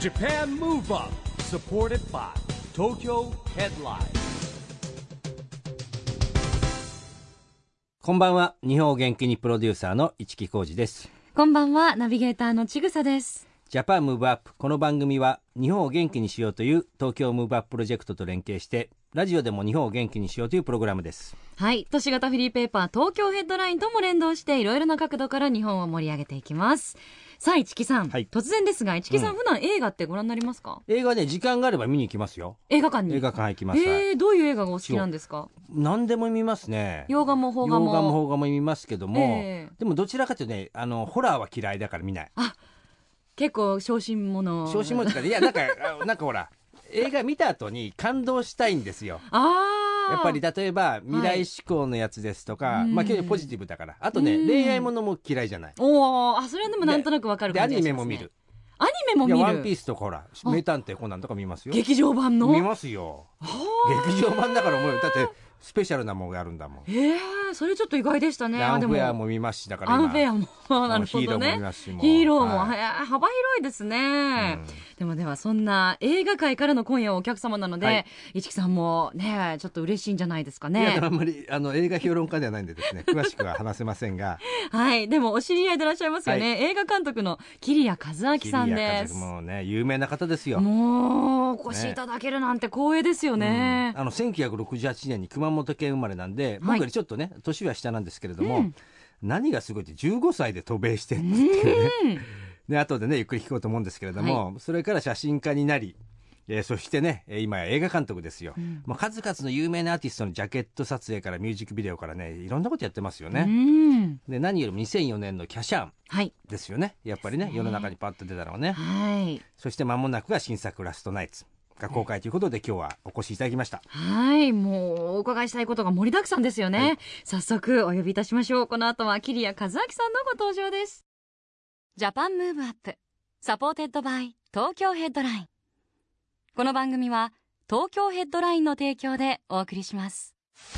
Japan Move Up, supported by Tokyo Headline。 こんばんは。日本を元気にプロデューサーの市木浩司です。 こんばんは。ナビゲーターのちぐさです。 ジャパンムーブアップ。この番組は日本を元気にしようという東京ムーブアッププロジェクトと連携してラジオでも日本を元気にしようというプログラムです。 はい、都市型フリーペーパー東京ヘッドラインとも連動していろいろな角度から日本を盛り上げていきます。さあ市木さん、 はい、 突然ですが市木さん、普段映画ってご覧になりますか？ 映画ね、時間があれば見に行きますよ。 映画館に。 映画館行きます。 どういう映画がお好きなんですか？ 何でも見ますね。 洋画も邦画も。 洋画も邦画も見ますけども、でもどちらかというとね、ホラーは嫌いだから見ない。 あ、結構小心者。 小心者っていやなんかほら映画見た後に感動したいんですよ。やっぱり例えば未来志向のやつですとか、はい、まあ結構ポジティブだから。あとね、恋愛ものも嫌いじゃない。 おー、それはでもなんとなくわかる感じがしますね。 でアニメも見る。 アニメも見る。 いやワンピースとかほら名探偵コナンとか見ますよ。 劇場版の見ますよ。劇場版だから思うよ。だってスペシャルなものがあるんだもん。 それちょっと意外でしたね。 アンフェアも見ますし、だから今アンフェアもなるほどね。 ヒーローも見ますし、 ヒーローも、はい、幅広いですね、ではそんな映画界からの今夜はお客様なので、はい、市木さんもねちょっと嬉しいんじゃないですかね。 いやあんまり映画評論家ではないんでですね詳しくは話せませんがはい、でもお知り合いでいらっしゃいますよね、はい、映画監督の桐谷和明さんです。 もうね有名な方ですよ。 もうお越しいただけるなんて光栄ですよね、 1968年に熊本県生まれなんで、僕よりちょっとね年は下なんですけれども、何がすごいって15歳で渡米してっていうねで後でねゆっくり聞こうと思うんですけれども、それから写真家になり、そしてね今や映画監督ですよ、もう数々の有名なアーティストのジャケット撮影からミュージックビデオからねいろんなことやってますよね。で何よりも2004年のキャシャンですよね、やっぱりね世の中にパッと出たのはね、そして間もなくが新作ラストナイツが公開ということで、今日はお越しいただきました。 はい、もうお伺いしたいことが盛りだくさんですよね、はい、早速お呼びいたしましょう。この後は桐谷和明さんのご登場です。ジャパンムーブアップサポーテッドバイ東京ヘッドライン。この番組は東京ヘッドラインの提供でお送りします。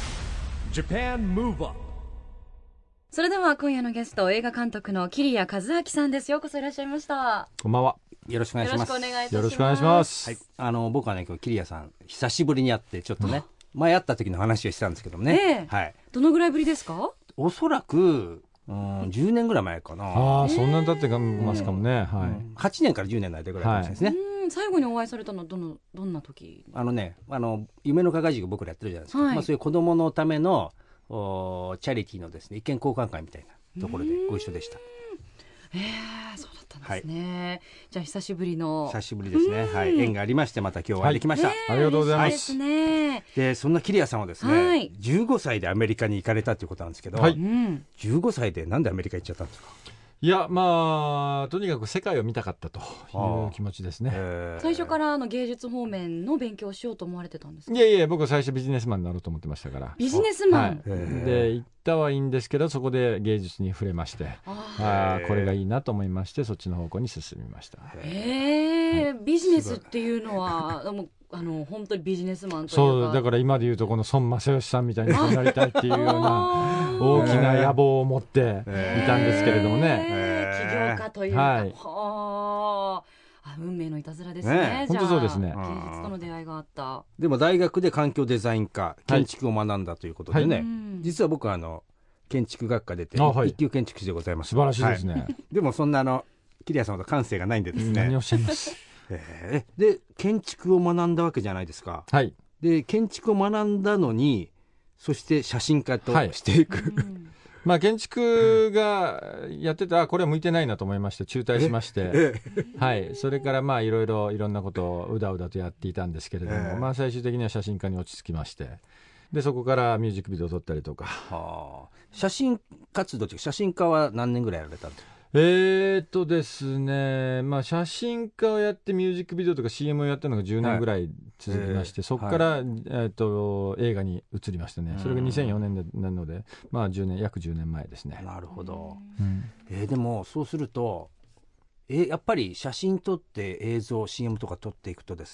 Japan Move Up。 それでは今夜のゲスト映画監督の桐谷和明さんです。ようこそいらっしゃいました。 こんばんは。 よろしくお願いします。 よろしくお願いします。 はい、僕はね今日桐谷さん久しぶりに会ってちょっとね前会った時の話をしたんですけどもね、はい、 どのぐらいぶりですか？ おそらく10年ぐらい前かな。 そんなに経ってますかもね、はい、 8年から10年の間ぐらいかもしれないですね、 最後にお会いされたのはどんな時？ 夢の課外塾僕らやってるじゃないですか、そういう子どものためのチャリティーのですね意見交換会みたいなところでご一緒でした。 そうだったんですね、はい、じゃあ久しぶりですね、はい、縁がありましてまた今日お会いできました、 ありがとうございます。 でそんな桐谷さんはですね、15歳でアメリカに行かれたということなんですけど、15歳でなんでアメリカ行っちゃったんですか？ いやとにかく世界を見たかったという気持ちですね。 最初から芸術方面の勉強をしようと思われてたんですか？ いや僕は最初ビジネスマンになろうと思ってましたから。 ビジネスマン、 で行ったはいいんですけどそこで芸術に触れまして、これがいいなと思いましてそっちの方向に進みました。 ビジネスっていうのは本当にビジネスマンというか、 そうだから今でいうとこの孫正義さんみたいになりたいっていうような大きな野望を持っていたんですけれどもね、 起業家というか、運命のいたずらですね。 本当そうですね。 芸術との出会いがあった。 でも大学で環境デザイン科建築を学んだということでね、実は僕は建築学科出て一級建築士でございます。 素晴らしいですね、 でもそんな桐谷さんほど感性がないんでですね。 何をおっしゃいます。 で建築を学んだわけじゃないですか。 はい。 で建築を学んだのにそして写真家としていく、 建築がやっててこれは向いてないなと思いまして中退しまして、それからいろいろんなことをうだうだとやっていたんですけれども、最終的には写真家に落ち着きまして、でそこからミュージックビデオを撮ったりとか、 写真活動というか写真家は何年ぐらいやられたんですか？ ですね、写真家をやってミュージックビデオとか CM をやったのが10年ぐらい続きまして、そこから、映画に移りましたね。それが2004年なので、約10年前ですね。 なるほど、でもそうするとやっぱり写真撮って映像 CM とか撮っていくとですね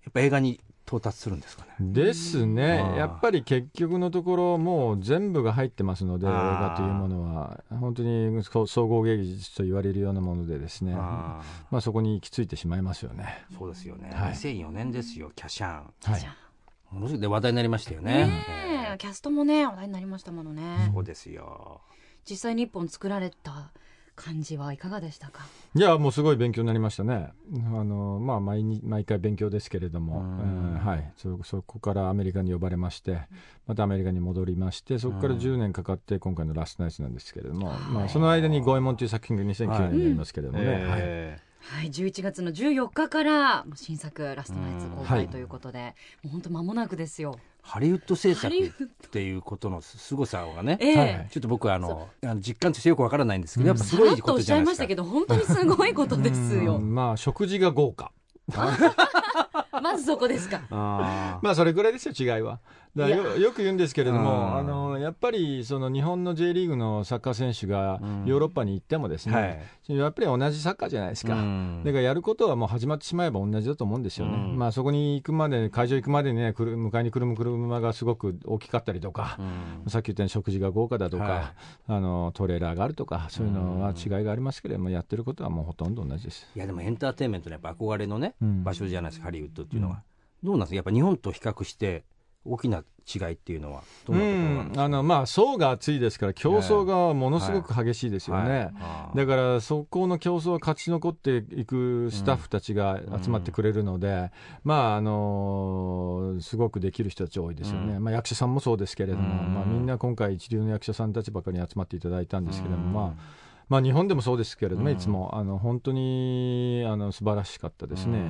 っぱ映画に到達するんですかね。 ですね。やっぱり結局のところもう全部が入ってますので、映画というものは本当に総合芸術と言われるようなものでですね、まあ、そこに行き着いてしまいますよね。 そうですよね、 はい、 2004年ですよ、キャシャン、 はい、 ものすごく話題になりましたよね。 キャストもね話題になりましたものね。 そうですよ。 実際に一本作られた感じはいかがでしたか？ いやもうすごい勉強になりましたね。まあ、毎回勉強ですけれども、はい、そこからアメリカに呼ばれまして、またアメリカに戻りまして、そこから10年かかって今回のラストナイツなんですけれども、まあ、その間に五右衛門という作品が2009年になりますけれどもね、 はい、11月の14日から新作ラストナイツ公開ということで、もう本当間もなくですよ。 ハリウッド制作っていうことの凄さがね、ちょっと僕は実感としてよくわからないんですけど、やっぱすごいことじゃないですか。 さらっとおっしゃいましたけど本当にすごいことですよ。 まあ食事が豪華まずそこですか。 まあそれぐらいですよ、違いは。だからよく言うんですけれども、やっぱりその日本の J リーグのサッカー選手がヨーロッパに行ってもですね、やっぱり同じサッカーじゃないですか。だからやることはもう始まってしまえば同じだと思うんですよね。まあそこに行くまで、会場行くまでね、迎えに来る車がすごく大きかったりとか、さっき言ったように食事が豪華だとか、トレーラーがあるとか、そういうのは違いがありますけれども、やってることはもうほとんど同じです。 いやでもエンターテインメントのやっぱ憧れのね、場所じゃないですか、ハリウッドっていうのは。どうなんですか、やっぱ日本と比較して大きな違いっていうのはどんなところなんですか？ まあ層が厚いですから競争がものすごく激しいですよね。だからそこの競争は勝ち残っていくスタッフたちが集まってくれるので、まあすごくできる人たち多いですよね。まあ役者さんもそうですけれども、まあみんな今回一流の役者さんたちばかりに集まっていただいたんですけれども、まあ日本でもそうですけれども、いつも本当に素晴らしかったですね。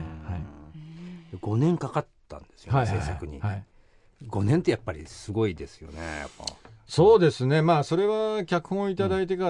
5年かかったんですよね、制作に。5年ってやっぱりすごいですよね。やっぱそうですね、まあ、それは脚本をいただいてから、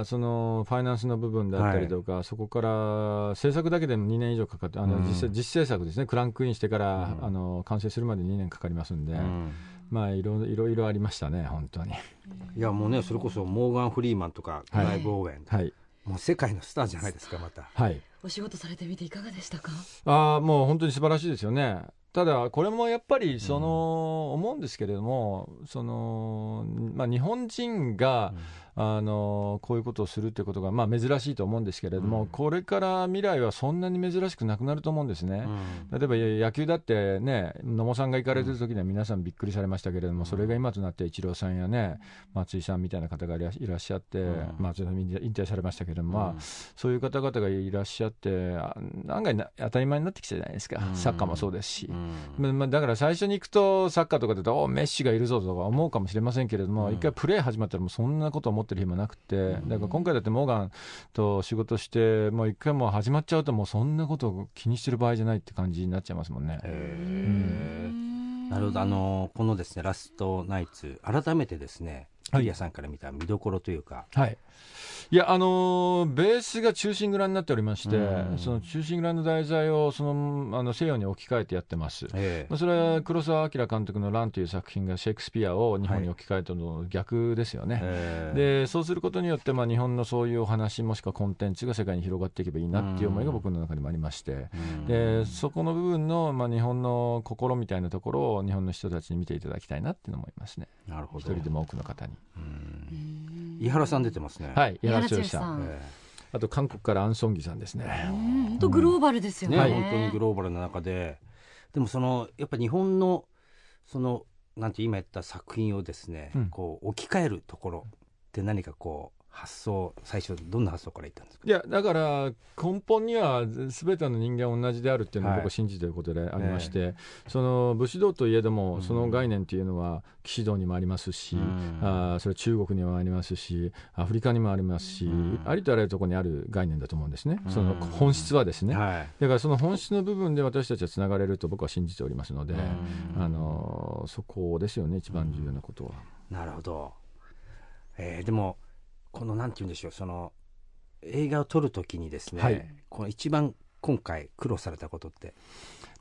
そのファイナンスの部分だったりとか、そこから制作だけでも2年以上かかって、実制作ですね、クランクインしてから、完成するまで2年かかりますんで、まあ、いろいろありましたね、本当に。 いやもうね、それこそモーガン・フリーマンとかクライブ・オーウェン、もう世界のスターじゃないですか、また。 お仕事されてみていかがでしたか？ もう本当に素晴らしいですよね。ただこれもやっぱり思うんですけれども、まあ、日本人がこういうことをするということがまあ珍しいと思うんですけれども、これから未来はそんなに珍しくなくなると思うんですね。例えば野球だってね、野茂さんが行かれてる時には皆さんびっくりされましたけれども、それが今となってイチローさんやね、松井さんみたいな方がいらっしゃって、松井さん引退されましたけれども、まあ、そういう方々がいらっしゃって案外当たり前になってきたじゃないですか。サッカーもそうですし、だから最初に行くとサッカーとかだとメッシがいるぞとか思うかもしれませんけれども、一回プレー始まったらもうそんなこと思ってる暇なくて、だから今回だってモーガンと仕事してもう一回もう始まっちゃうと、もうそんなことを気にしてる場合じゃないって感じになっちゃいますもんね。 なるほど。このですねラストナイツ、改めてですね、キリアさんから見た見どころというか。 いやベースが忠臣蔵になっておりまして、その忠臣蔵の題材を西洋に置き換えてやってます。それは黒澤明監督の乱という作品がシェイクスピアを日本に置き換えたの逆ですよね。でそうすることによって、まあ、日本のそういうお話もしくはコンテンツが世界に広がっていけばいいなっていう思いが僕の中にもありまして、でそこの部分の、まあ、日本の心みたいなところを日本の人たちに見ていただきたいなっていうのも思いますね。 なるほど。 一人でも多くの方に。 井原さん出てますね。 井原剛さん、あと韓国からアン・ソンギさんですね。 本当グローバルですよね。 本当にグローバルな中で、でもやっぱ日本のなんて今言った作品をですね、こう置き換えるところって何かこう発想、最初どんな発想からいったんですか？ いやだから根本には全ての人間は同じであるっていうのを僕は信じていることでありまして、その武士道といえどもその概念っていうのは騎士道にもありますし、それ中国にもありますし、アフリカにもありますし、ありとあらゆるところにある概念だと思うんですね。その本質はですね、だからその本質の部分で私たちはつながれると僕は信じておりますので、そこですよね、一番重要なことは。 なるほど。でもこのなんて言うんでしょう、その映画を撮るときにですね、この一番今回苦労されたことって？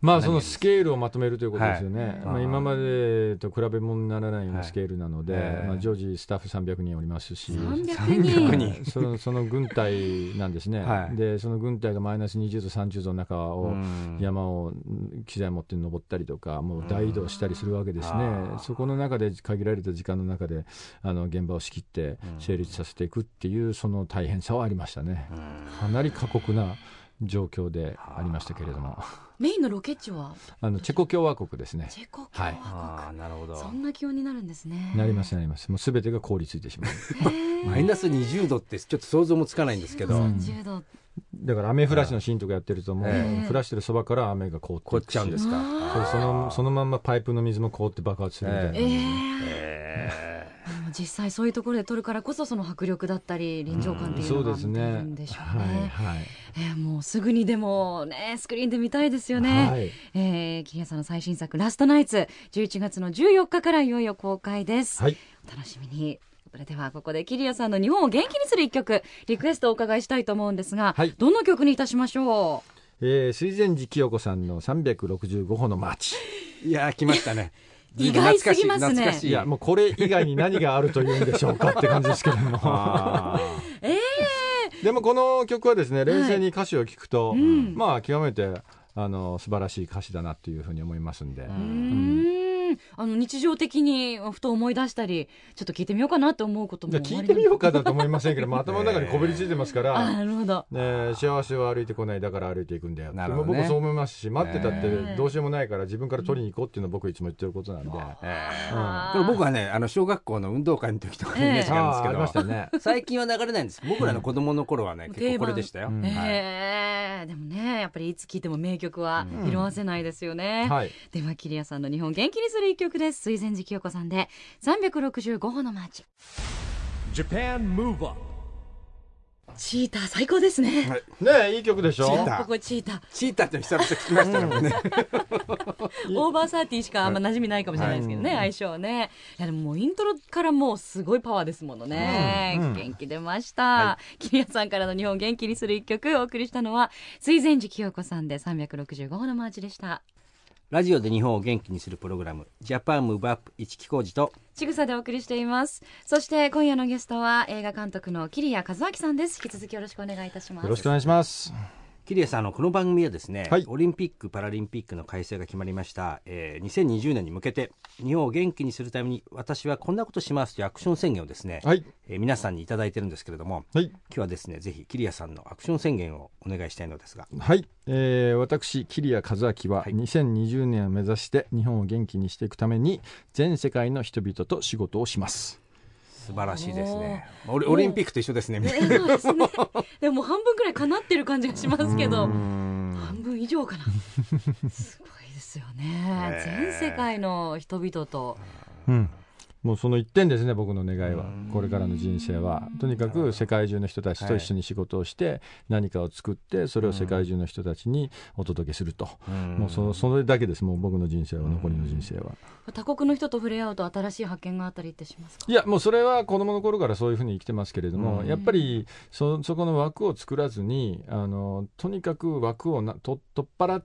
まあそのスケールをまとめるということですよね、 はいまあ、今までと比べ物にならないようなスケールなので、まあ、常時スタッフ300人おりますし 300人その軍隊なんですね、はい、でその軍隊がマイナス20度30度の中を山を機材持って登ったりとかもう大移動したりするわけですね。そこの中で限られた時間の中で現場を仕切って成立させていくっていうその大変さはありましたね。かなり過酷な状況でありましたけれども、 メインのロケ地はチェコ共和国ですね。 チェコ共和国、 はい、なるほど。 そんな気温になるんですね。 なりますなります。もう全てが凍りついてしまうマイナス20度ってちょっと想像もつかないんですけど、 30度だから雨降らしのシーンとかやってるともう降らしてるそばから雨が凍ってっちゃうんですか。 そのまんまパイプの水も凍って爆発するみたいな、 実際そういうところで撮るからこそその迫力だったり臨場感っていうのが出るんでしょうね。もうすぐにでもねスクリーンで見たいですよね。はい、桐谷さんの最新作ラストナイツ11月の14日からいよいよ公開です、はい、お楽しみに。それではここで桐谷さんの日本を元気にする一曲リクエストをお伺いしたいと思うんですが、はい、どの曲にいたしましょう。 水前寺清子さんの365歩のマーチ。 いや来ましたね意外すぎますね。 いやもうこれ以外に何があるというんでしょうかって感じですけれどもでもこの曲はですね冷静に歌詞を聞くと、はいまあ極めて素晴らしい歌詞だなというふうに思いますんで、 日常的にふと思い出したりちょっと聞いてみようかなと思うことも聞いてみようかだと思いませんけども頭の中にこびりついてますからなるほど、 幸せは歩いてこないだから歩いていくんだよ、 ね、 僕そう思いますし待ってたってどうしようもないから自分から取りに行こうっていうのは僕いつも言ってることなんで、これ僕はね小学校の運動会の時とかにイメージがあるんですけど、ね、最近は流れないんです。僕らの子供の頃はね結構これでしたよ、 でもねやっぱりいつ聴いても名曲は色褪せないですよね、はい、では桐谷さんの日本元気にする一曲です。水前寺清子さんで365歩のマーチ。 Japan Move Up。 チーター最高ですね、 はい、ねいい曲でしょ。 ここチーターって久々聞きましたからねオーバーサーティーしかあんま馴染みないかもしれないですけどね、相性ね。いやでももうイントロからもうすごいパワーですものね、元気出ました、桐谷さんからの日本元気にする一曲お送りしたのは水前寺清子さんで365歩のマーチでした。 ラジオで日本を元気にするプログラムジャパンムーブアップ市木浩二とちぐさでお送りしています。そして今夜のゲストは映画監督の桐谷和明さんです。引き続きよろしくお願いいたします。 よろしくお願いします。 桐谷さんこの番組はですね、オリンピック・パラリンピックの開催が決まりました、2020年に向けて日本を元気にするために私はこんなことしますというアクション宣言をですね、皆さんにいただいてるんですけれども、今日はですねぜひ桐谷さんのアクション宣言をお願いしたいのですが、 私桐谷和明は2020年を目指して日本を元気にしていくために全世界の人々と仕事をします。 素晴らしいですね。オリンピックと一緒ですね。 そうですね。でも半分くらいかなってる感じがしますけど、半分以上かな。すごいですよね。全世界の人々と。 もうその一点ですね。僕の願いはこれからの人生はとにかく世界中の人たちと一緒に仕事をして何かを作ってそれを世界中の人たちにお届けすると、もうそれだけです。もう僕の人生は残りの人生は他国の人と触れ合うと新しい発見があったりってしますか。 いやもうそれは子供の頃からそういうふうに生きてますけれども、やっぱりそこの枠を作らずにとにかく枠を取っ払って、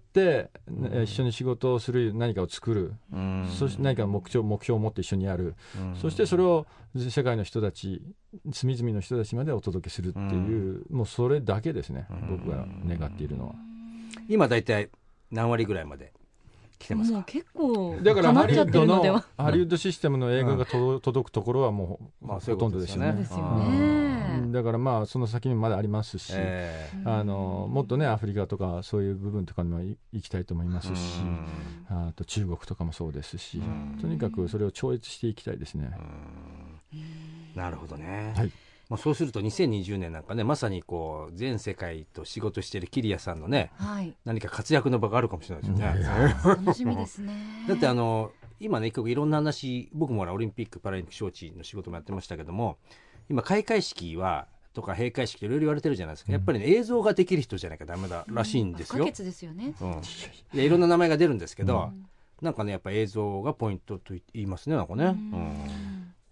一緒に仕事をする何かを作る、そして何か目標を持って一緒にやる、そしてそれを世界の人たち隅々の人たちまでお届けするっていう、もうそれだけですね、僕が願っているのは。 今だいたい何割ぐらいまで来てますか。 もう結構だからハリウッドシステムの映画が届くところはもうほとんどですよね。だからまあその先にもまだありますし、もっとねアフリカとかそういう部分とかにも行きたいと思いますし、あと中国とかもそうですし、とにかくそれを超越していきたいですね。 なるほどね。そうすると2020年なんかねまさにこう全世界と仕事している桐谷さんのね、何か活躍の場があるかもしれないですよね。 楽しみですね。 だって今ね一曲いろんな話、僕もオリンピック・パラリンピック招致の仕事もやってましたけども、今開会式とか閉会式いろいろ言われてるじゃないですか。やっぱりね映像ができる人じゃなきゃダメだらしいんですよ。 不可欠ですよね。 いろんな名前が出るんですけど、なんかねやっぱ映像がポイントと言いますね、なんかね。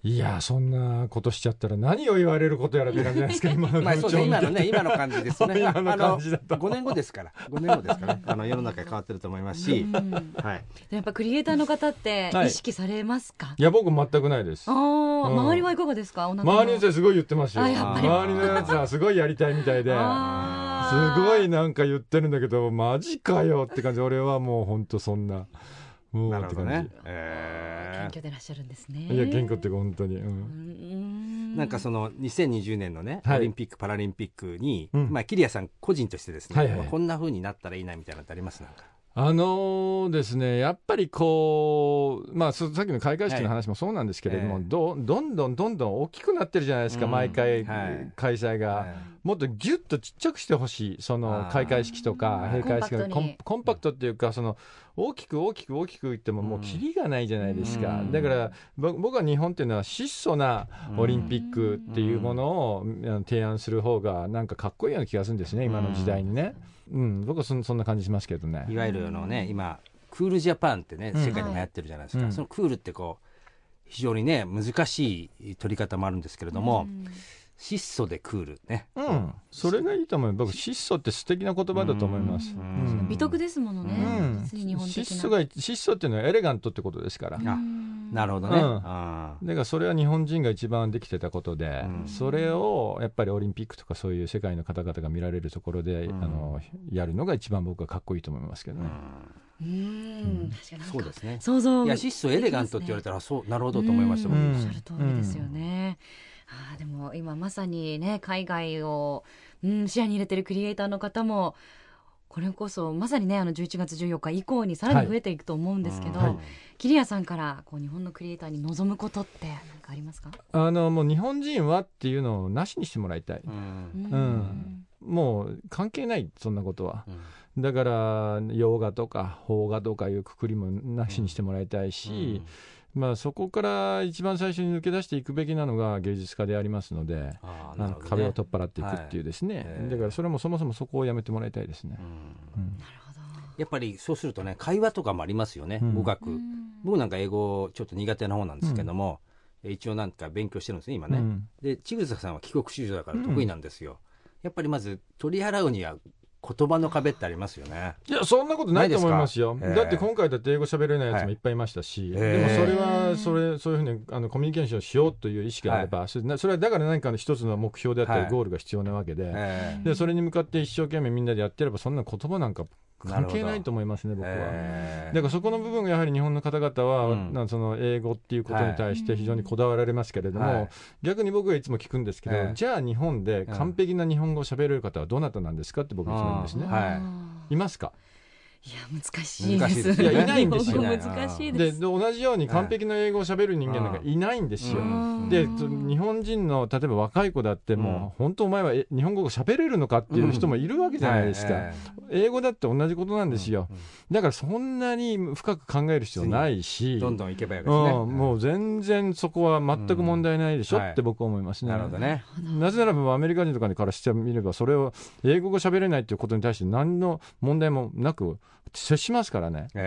いやそんなことしちゃったら何を言われることやらって感じじゃないですか今のまあそうね、今の感じですね。 今の感じだと 5年後ですから世の中変わってると思いますし、はい、 やっぱクリエイターの方って意識されますか？ いや僕全くないです。 周りはいかがですか？ 周りの人はすごい言ってますよ。周りのやつはすごいやりたいみたいですごいなんか言ってるんだけどマジかよって感じ。俺はもう本当そんなもうなるほどね。 謙虚でいらっしゃるんですね。 いや謙虚っていうか本当に、 なんかその2020年のね、オリンピックパラリンピックに、桐谷さん個人としてですね、こんな風になったらいいなみたいなのってあります？なんかですね、やっぱりこう、さっきの開会式の話もそうなんですけれども、どんどん大きくなってるじゃないですか、毎回、開催が、もっとギュッとちっちゃくしてほしい、その開会式とか閉会式がコンパクトっていうか、その大きく言ってももうキリがないじゃないですか。だから僕は日本っていうのは質素なオリンピックっていうものを提案する方がなんかかっこいいような気がするんですね、今の時代にね。僕はそんな感じしますけどね。 いわゆるのね、今クールジャパンってね、世界でもやってるじゃないですか。そのクールってこう非常にね難しい取り方もあるんですけれども、質素でクールね、 それがいいと思う。僕質素って素敵な言葉だと思います。 美徳ですものね、日本的な質素っていうのはエレガントってことですから。 なるほどね。だからそれは日本人が一番できてたことで、それをやっぱりオリンピックとかそういう世界の方々が見られるところで、やるのが一番僕はかっこいいと思いますけどね。 そうですね。 想像いや質素エレガントって言われたらそうなるほどと思いました。 おっしゃる通りですよね。でも今まさにね海外を、視野に入れてるクリエイターの方もこれこそまさにね11月14日以降にさらに増えていくと思うんですけど、桐谷さんからこう日本のクリエイターに望むことって何かありますか？ もう日本人はっていうのをなしにしてもらいたい。もう関係ないそんなことは。だから洋画とか邦画とかいうくくりもなしにしてもらいたいし、そこから一番最初に抜け出していくべきなのが芸術家でありますので、壁を取っ払っていくっていうですね、だからそれもそもそもそこをやめてもらいたいですね。 なるほど。 やっぱりそうするとね会話とかもありますよね、語学。僕なんか英語ちょっと苦手な方なんですけども、一応なんか勉強してるんですね今ね。で千草さんは帰国子女だから得意なんですよ。やっぱりまず取り払うには言葉の壁ってありますよね。 いやそんなことないと思いますよ。だって今回だって英語喋れないやつもいっぱいいましたし、でもそれはそういうふうにコミュニケーションしようという意識があれば、それはだから何かの一つの目標であったりゴールが必要なわけで、でそれに向かって一生懸命みんなでやってればそんな言葉なんか関係ないと思いますね僕は。だからそこの部分がやはり日本の方々は、その英語っていうことに対して非常にこだわられますけれども、逆に僕はいつも聞くんですけど、じゃあ日本で完璧な日本語を喋れる方はどなたなんですかって僕いつも言うんですね。いますか？ いや難しいです。 いやいないんですよ。 難しいです。 で同じように完璧な英語を喋る人間なんかいないんですよ。で日本人の例えば若い子だってもう本当お前は日本語を喋れるのかっていう人もいるわけじゃないですか。英語だって同じことなんですよ。だからそんなに深く考える必要ないし、 どんどんいけばいいわけですね。 もう全然そこは全く問題ないでしょって僕は思いますね。 なるほどね。 なぜならばアメリカ人とかからしてみればそれを英語が喋れないっていうことに対して何の問題もなく接しますからね。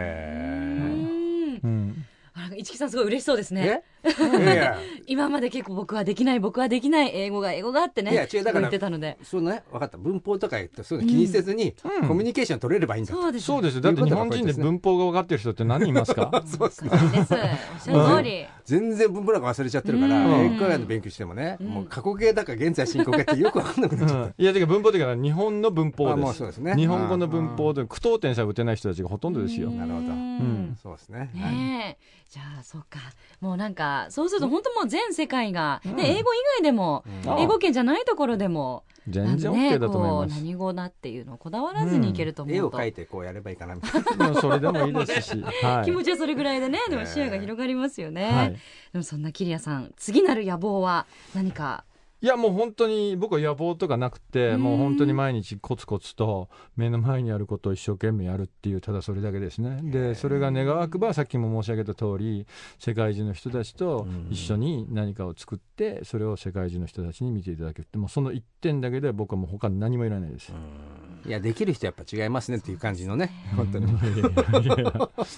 市木さんすごい嬉しそうですね。今まで結構僕はできない英語がってね言ってたので、 そうね、分かった。文法とか言ってそういうの気にせずにコミュニケーション取れればいいんだ。 そうです。だって日本人で文法が分かってる人って何人いますか？ そうですね。 おっしゃる通り。 全然文法なんか忘れちゃってるから、英会話の勉強してもね、もう過去形だか現在進行形ってよく分かんなくなっちゃった。 いやてか文法っていうか日本の文法です。 そうですね。 日本語の文法で句読点さえ打てない人たちがほとんどですよ。 なるほど。そうですね。 ねえ、じゃあそうか。もうなんかそうすると本当もう全世界が、英語以外でも、英語圏じゃないところでも全然 OK だと思います。 何語だっていうのをこだわらずにいけると思うと、 絵を描いてこうやればいいかなみたいな。 それでもいいですし、 気持ちはそれぐらいでね、でも視野が広がりますよね。でもそんな桐谷さん、次なる野望は何か？ いやもう本当に僕は野望とかなくて、もう本当に毎日コツコツと目の前にあることを一生懸命やるっていう、ただそれだけですね。でそれが願わくばさっきも申し上げた通り、世界中の人たちと一緒に何かを作って、それを世界中の人たちに見ていただけるって、もうその一点だけで僕はもう他に何もいらないです。 いやできる人やっぱ違いますねっていう感じのね、本当に。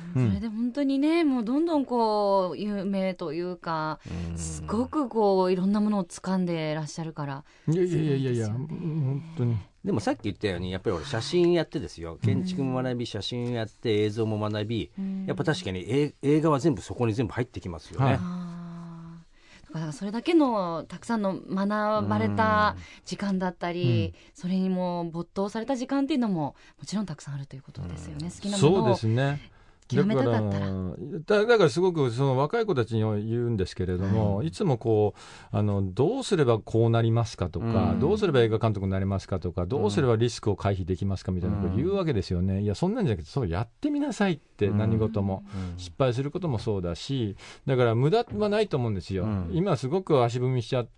それで本当にね、もうどんどんこう有名というか、すごくこういろんなものを掴んでらっしゃるから。 いや、本当に。 でもさっき言ったようにやっぱり俺写真やってですよ、建築も学び写真やって映像も学び、やっぱ確かに映画は全部そこに全部入ってきますよね、 だからそれだけのたくさんの学ばれた時間だったり、それにも没頭された時間っていうのももちろんたくさんあるということですよね。好きなものをそうですね。 極めたかったらだからすごくその若い子たちに言うんですけれども、いつもこうどうすればこうなりますかとか、どうすれば映画監督になれますかとか、どうすればリスクを回避できますかみたいなことを言うわけですよね。いやそんなんじゃなくて、そうやってみなさいって。何事も失敗することもそうだし、だから無駄はないと思うんですよ。今すごく足踏みしちゃって、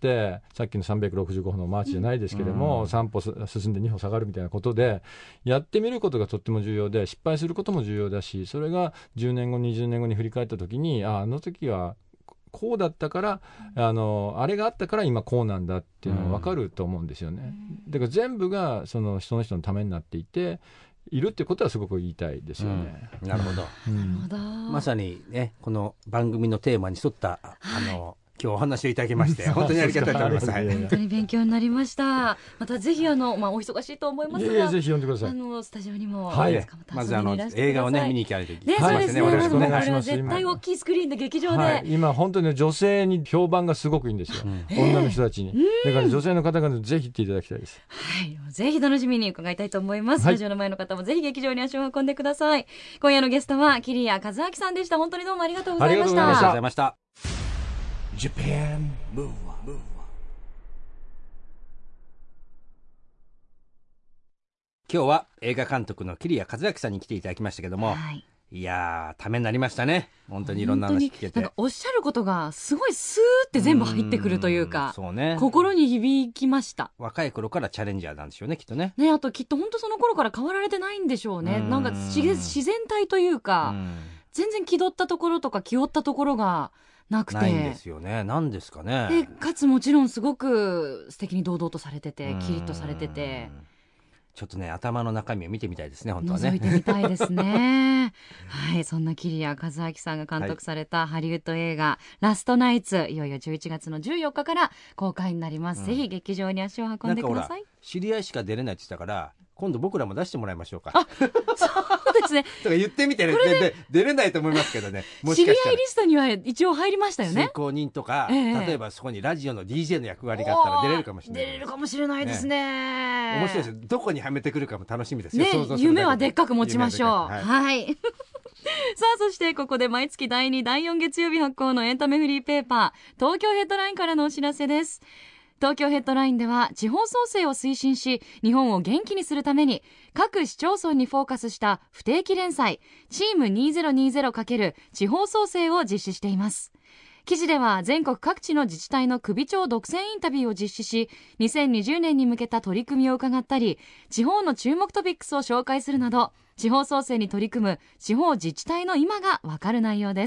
さっきの365歩のマーチじゃないですけれども、3歩進んで2歩下がるみたいなことでやってみることがとっても重要で、失敗することも重要だし、それが10年後20年後に振り返った時に、あの時はこうだったから、あれがあったから今こうなんだっていうのが分かると思うんですよね。だから全部がその人のためになっているってことはすごく言いたいですよね。 なるほど、まさにね、この番組のテーマに沿った今日お話をいただきまして本当にありがたいと思います。 本当に勉強になりました。またぜひお忙しいと思いますが、 ぜひ読んでください。 スタジオにも、 まず映画をね見に行かないといけないそうですね。 よろしくお願いします。 絶対大きいスクリーンで劇場で、 今本当に女性に評判がすごくいいんですよ、女の人たちに。だから女性の方々ぜひ行っていただきたいです。 ぜひ楽しみに伺いたいと思います。スタジオの前の方もぜひ劇場に足を運んでください。今夜のゲストは桐谷和明さんでした。本当にどうもありがとうございました。 ありがとうございました。 Japan Move Up。 今日は映画監督の桐谷和明さんに来ていただきましたけども、いやーためになりましたね。本当にいろんな話聞けて、 なんかおっしゃることがすごいスーって全部入ってくるというか、 そうね、 心に響きました。 若い頃からチャレンジャーなんでしょうね、きっとね。 あときっと本当その頃から変わられてないんでしょうね。なんか自然体というか、全然気取ったところとか気負ったところがなくて、 ないんですよね。なんですかね。 でかつもちろんすごく素敵に堂々とされてて、キリッとされてて、 ちょっとね頭の中身を見てみたいですね、本当はね。 覗いてみたいですねそんな桐谷和明さんが監督されたハリウッド映画、ラストナイツ、いよいよ11月の14日から公開になります。ぜひ劇場に足を運んでください。 知り合いしか出れないって言ったから、今度僕らも出してもらいましょうか。 そうですね。 とか言ってみてね。出れないと思いますけどね。もしかしたら知り合いリストには一応入りましたよね。 通行人とか、例えばそこにラジオの DJ の役割があったら出れるかもしれない。 出れるかもしれないですね。 面白いです。どこにはめてくるかも楽しみですよ。 夢はでっかく持ちましょう。さあ、そしてここで毎月第2、第4月曜日発行のエンタメフリーペーパー、東京ヘッドラインからのお知らせです。東京ヘッドラインでは地方創生を推進し、日本を元気にするために各市町村にフォーカスした不定期連載チーム 2020× 地方創生を実施しています。記事では全国各地の自治体の首長独占インタビューを実施し、2020年に向けた取り組みを伺ったり、地方の注目トピックスを紹介するなど、地方創生に取り組む地方自治体の今がわかる内容です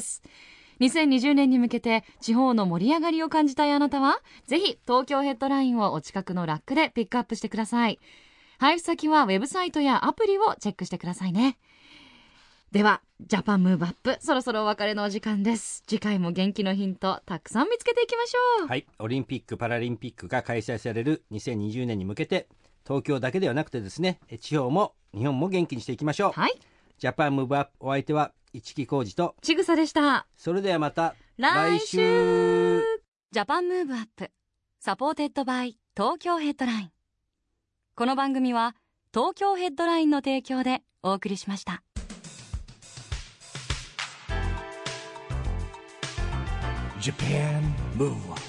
。2020年に向けて地方の盛り上がりを感じたいあなたは、ぜひ東京ヘッドラインをお近くのラックでピックアップしてください。配布先はウェブサイトやアプリをチェックしてくださいね。ではジャパンムーブアップ、そろそろお別れのお時間です。次回も元気のヒントたくさん見つけていきましょう。 はい、オリンピック・パラリンピックが開催される2020年に向けて、東京だけではなくてですね、地方も日本も元気にしていきましょう。 はい、 ジャパンムーブアップ、お相手は市木浩二とちぐさでした。 それではまた来週。ジャパンムーブアップ、サポーテッドバイ東京ヘッドライン。この番組は東京ヘッドラインの提供でお送りしました。 Japan Move Up.